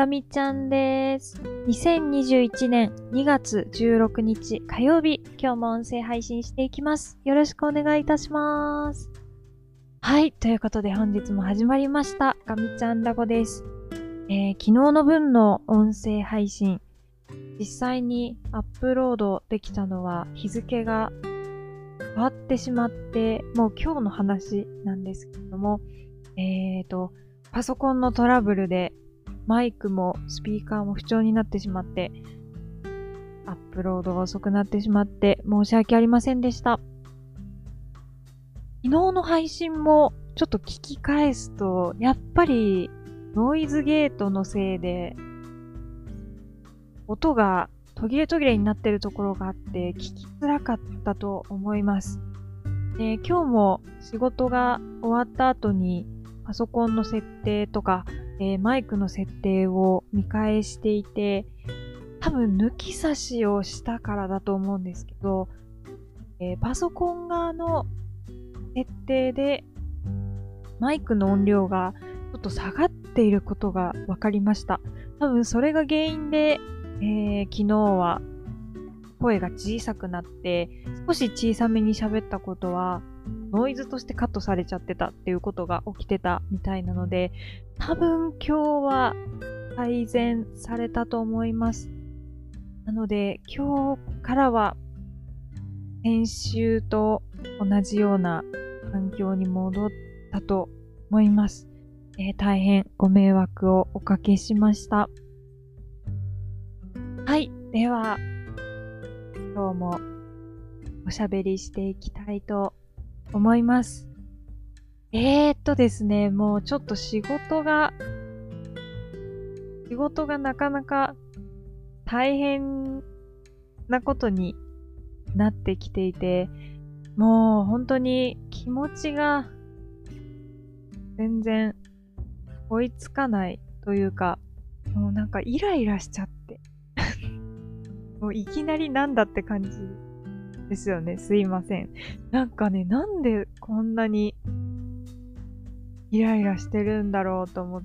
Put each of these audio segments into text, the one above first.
ガミちゃんです。2021年2月16日火曜日、今日も音声配信していきます。よろしくお願いいたします。はい、ということで本日も始まりました。ガミちゃんラボです。昨日の分の音声配信、実際にアップロードできたのは日付が変わってしまって、もう今日の話なんですけれども、パソコンのトラブルでマイクもスピーカーも不調になってしまって、アップロードが遅くなってしまって申し訳ありませんでした。昨日の配信もちょっと聞き返すと、やっぱりノイズゲートのせいで、音が途切れ途切れになってるところがあって聞きづらかったと思います。で、今日も仕事が終わった後にパソコンの設定とか、マイクの設定を見返していて、多分抜き差しをしたからだと思うんですけど、パソコン側の設定でマイクの音量がちょっと下がっていることが分かりました。多分それが原因で、昨日は声が小さくなって少し小さめに喋ったことはノイズとしてカットされちゃってたっていうことが起きてたみたいなので、多分今日は改善されたと思います。なので今日からは先週と同じような環境に戻ったと思います。大変ご迷惑をおかけしました。はい。では、今日もおしゃべりしていきたいと思います。ですね、もうちょっと仕事がなかなか大変なことになってきていて、もう本当に気持ちが全然追いつかないというか、もうなんかイライラしちゃって。もういきなりなんだって感じですよね。すいません。なんかね、なんでこんなにイライラしてるんだろうと思って、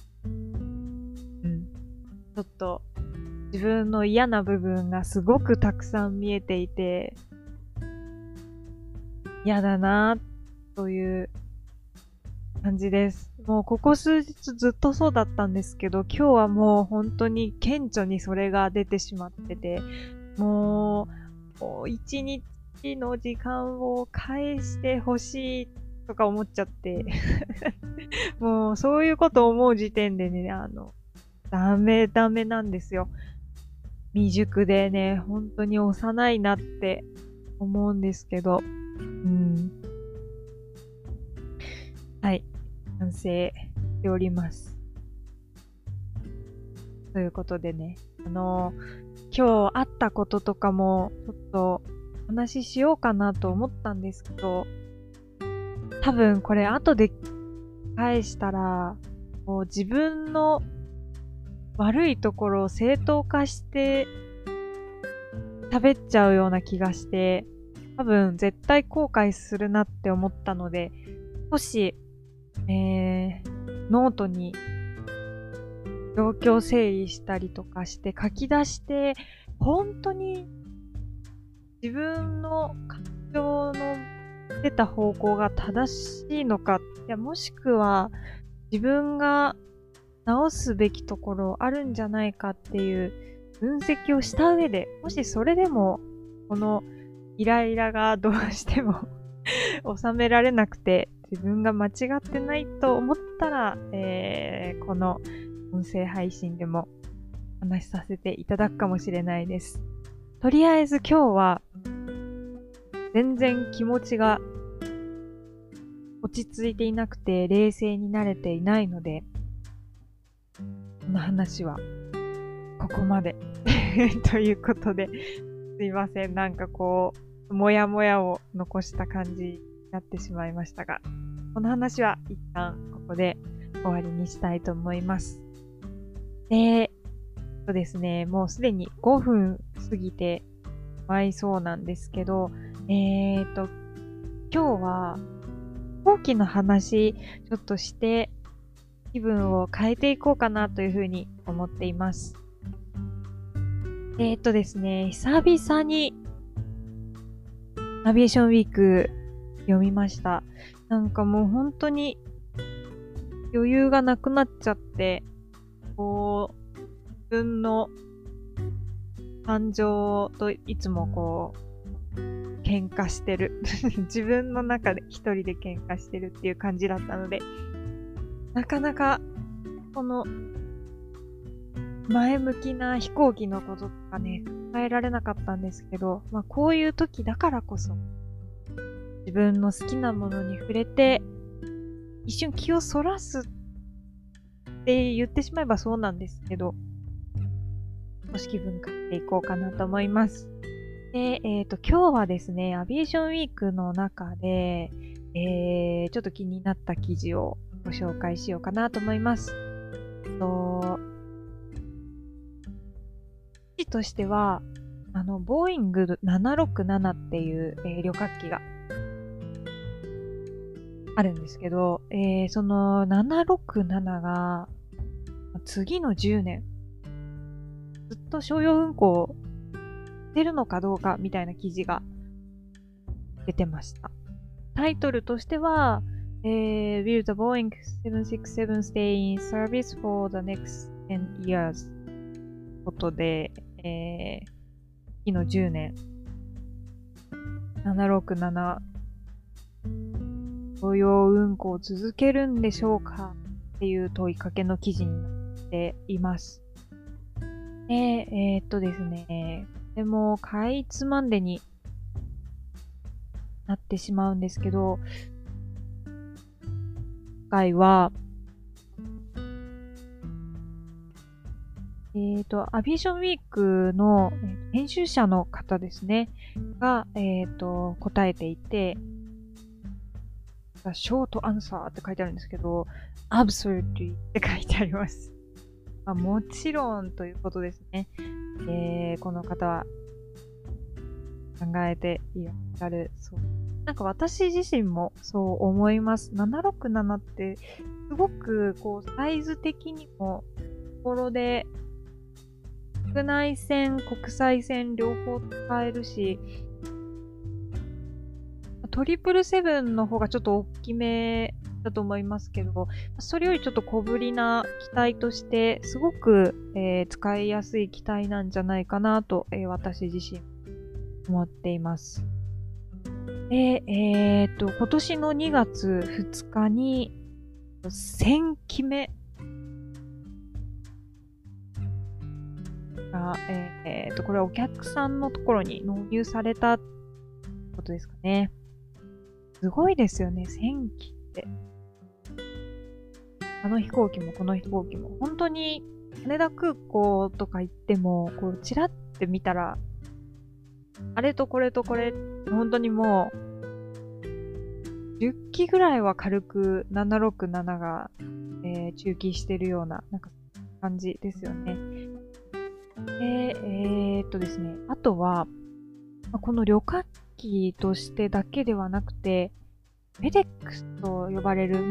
ちょっと自分の嫌な部分がすごくたくさん見えていて、嫌だなという感じです。もうここ数日ずっとそうだったんですけど、今日はもう本当に顕著にそれが出てしまってて、もう一日の時間を返してほしいとか思っちゃってもうそういうこと思う時点でね、ダメなんですよ。未熟でね、本当に幼いなって思うんですけど、はい、反省しております。ということでね、今日あったこととかもちょっとお話ししようかなと思ったんですけど、多分これ後で返したら、もう自分の悪いところを正当化して喋っちゃうような気がして、多分絶対後悔するなって思ったので、少し、ノートに状況整理したりとかして書き出して、本当に自分の感情の出た方向が正しいのか、いやもしくは自分が直すべきところあるんじゃないかっていう分析をした上で、もしそれでもこのイライラがどうしても収められなくて自分が間違ってないと思ったら、この音声配信でも話しさせていただくかもしれないです。とりあえず今日は全然気持ちが落ち着いていなくて冷静になれていないので、この話はここまでということで、すいません。なんかこう、もやもやを残した感じになってしまいましたが、この話は一旦ここで終わりにしたいと思います。そうですね、もうすでに5分過ぎてしまいそうなんですけど、今日は飛行機の話ちょっとして気分を変えていこうかなというふうに思っています。ですね、久々にアビエーションウィーク読みました。なんかもう本当に余裕がなくなっちゃって、こう、自分の感情といつも喧嘩してる。自分の中で一人で喧嘩してるっていう感じだったので、なかなか、この、前向きな飛行機のこととかね、考えられなかったんですけど、こういう時だからこそ、自分の好きなものに触れて、一瞬気をそらすって言ってしまえばそうなんですけど、少し気分変えていこうかなと思います。で、今日はですね、アビエーションウィークの中で、ちょっと気になった記事をご紹介しようかなと思います。記事としては、ボーイング767っていう、旅客機があるんですけど、その767が次の10年、ずっと商用運航してるのかどうかみたいな記事が出てました。タイトルとしては、Will the Boeing 767 stay in service for the next 10 years? ことで、次の10年、767、商用運航を続けるんでしょうかっていう問いかけの記事になっています。で、ですね、でも、かいつまんでになってしまうんですけど、今回は、アビエーションウィークの編集者の方ですね、が、答えていて、ショートアンサーって書いてあるんですけど、absolutely って書いてあります。もちろんということですね。この方は考えていらっしゃる。そう。なんか私自身もそう思います。767ってすごくサイズ的にもところで国内線、国際線両方使えるし、777の方がちょっと大きめだと思いますけど、それよりちょっと小ぶりな機体として、すごく、使いやすい機体なんじゃないかなと、私自身思っています。で、今年の2月2日に1000機目が、これはお客さんのところに納入されたことですかね。すごいですよね、1000機って。あの飛行機もこの飛行機も、本当に羽田空港とか行っても、チラって見たら、あれとこれとこれ、本当にもう、10機ぐらいは軽く767が、駐機してるような、なんか感じですよね。で、ですね、あとは、この旅客機としてだけではなくて、フェデックスと呼ばれる、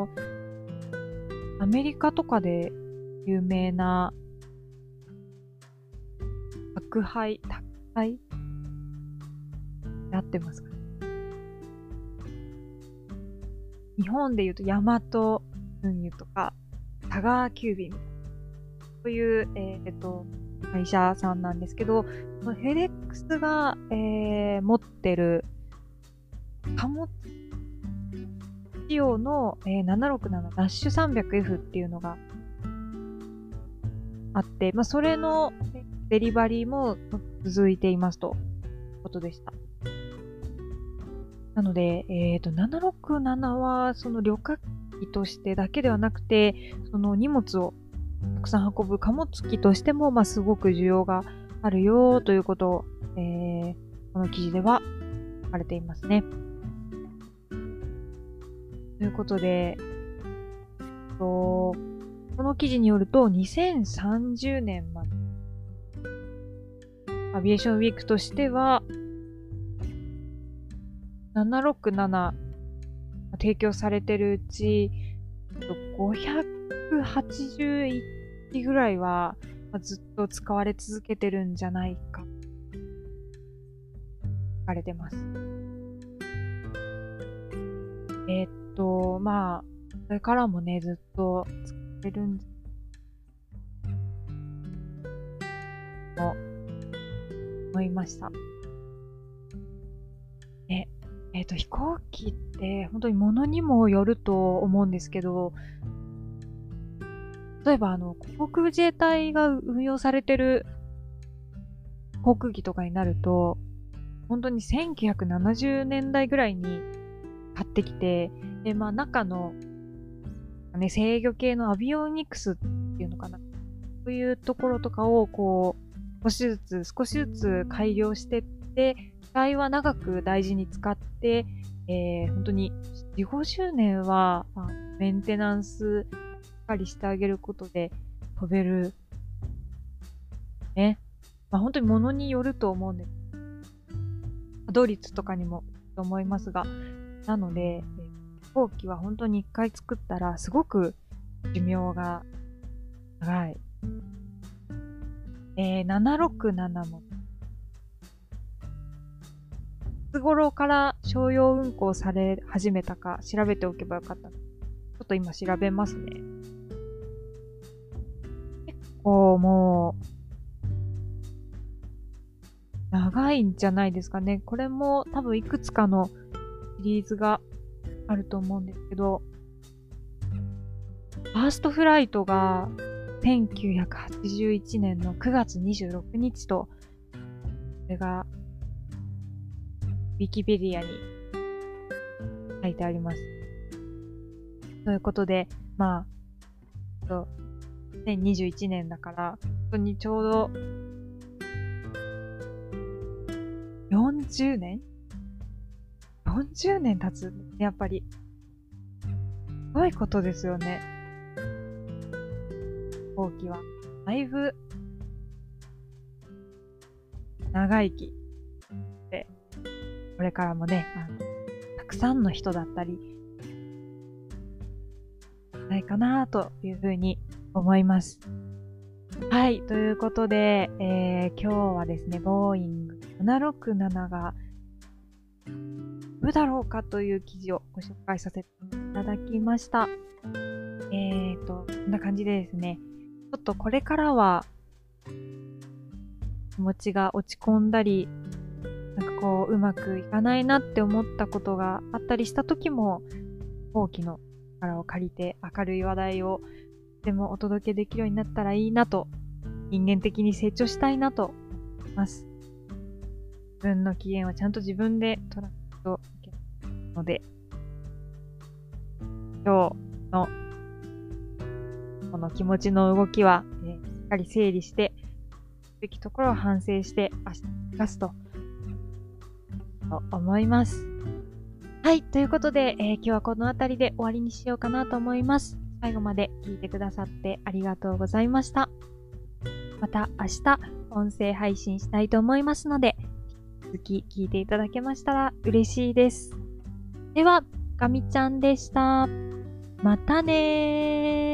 アメリカとかで有名な宅配合ってますかね。日本で言うとヤマト運輸とか、佐川急便という、会社さんなんですけど、フェデックスが、持ってる貨物仕様の、767-300F っていうのがあって、それのデリバリーも続いていますということでした。なので、767はその旅客機としてだけではなくて、その荷物をたくさん運ぶ貨物機としても、すごく需要があるよということを、この記事では書かれていますね。ということで、この記事によると、2030年まで、アビエーションウィークとしては、767提供されてるうち、500 181ぐらいはずっと使われ続けてるんじゃないか、書かれてます。まあ、これからもね、ずっと使われるんじゃと思いました。飛行機って本当に物にもよると思うんですけど、例えば航空自衛隊が運用されてる航空機とかになると、本当に1970年代ぐらいに買ってきて、で、まあ中の、ね、制御系のアビオニクスっていうのかな。そういうところとかをこう、少しずつ改良してって、機体は長く大事に使って、本当に4、50年は、メンテナンスしっかりしてあげることで飛べる。ね。まあ本当に物によると思うんです。稼働率とかにもと思いますが、なので、飛行機は本当に一回作ったらすごく寿命が長い。767もいつ頃から商用運航され始めたか調べておけばよかった。ちょっと今調べますね。結構もう長いんじゃないですかね。これも多分いくつかのシリーズがあると思うんですけど、ファーストフライトが1981年の9月26日と、これがウィキペディアに書いてあります。ということで、まあ、2021年だから、本当にちょうど40年 ?40 年経つ。やっぱり。すごいことですよね。飛行機は。だいぶ、長生き。で、これからもね、たくさんの人だったり、ないかなというふうに思います。はい。ということで、今日はですね、ボーイング767が飛ぶだろうかという記事をご紹介させていただきました。こんな感じでですね、ちょっとこれからは気持ちが落ち込んだり、なんかこう、うまくいかないなって思ったことがあったりした時も、飛行機の力を借りて明るい話題をでもお届けできるようになったらいいなと、人間的に成長したいなと思います。自分の機嫌をちゃんと自分で取らないといけないので、今日のこの気持ちの動きは、しっかり整理して、べきところを反省して明日生かすと思います。はい。ということで、今日はこの辺りで終わりにしようかなと思います。最後まで聞いてくださってありがとうございました。また明日音声配信したいと思いますので、引き続き聞いていただけましたら嬉しいです。では、ガミちゃんでした。またねー。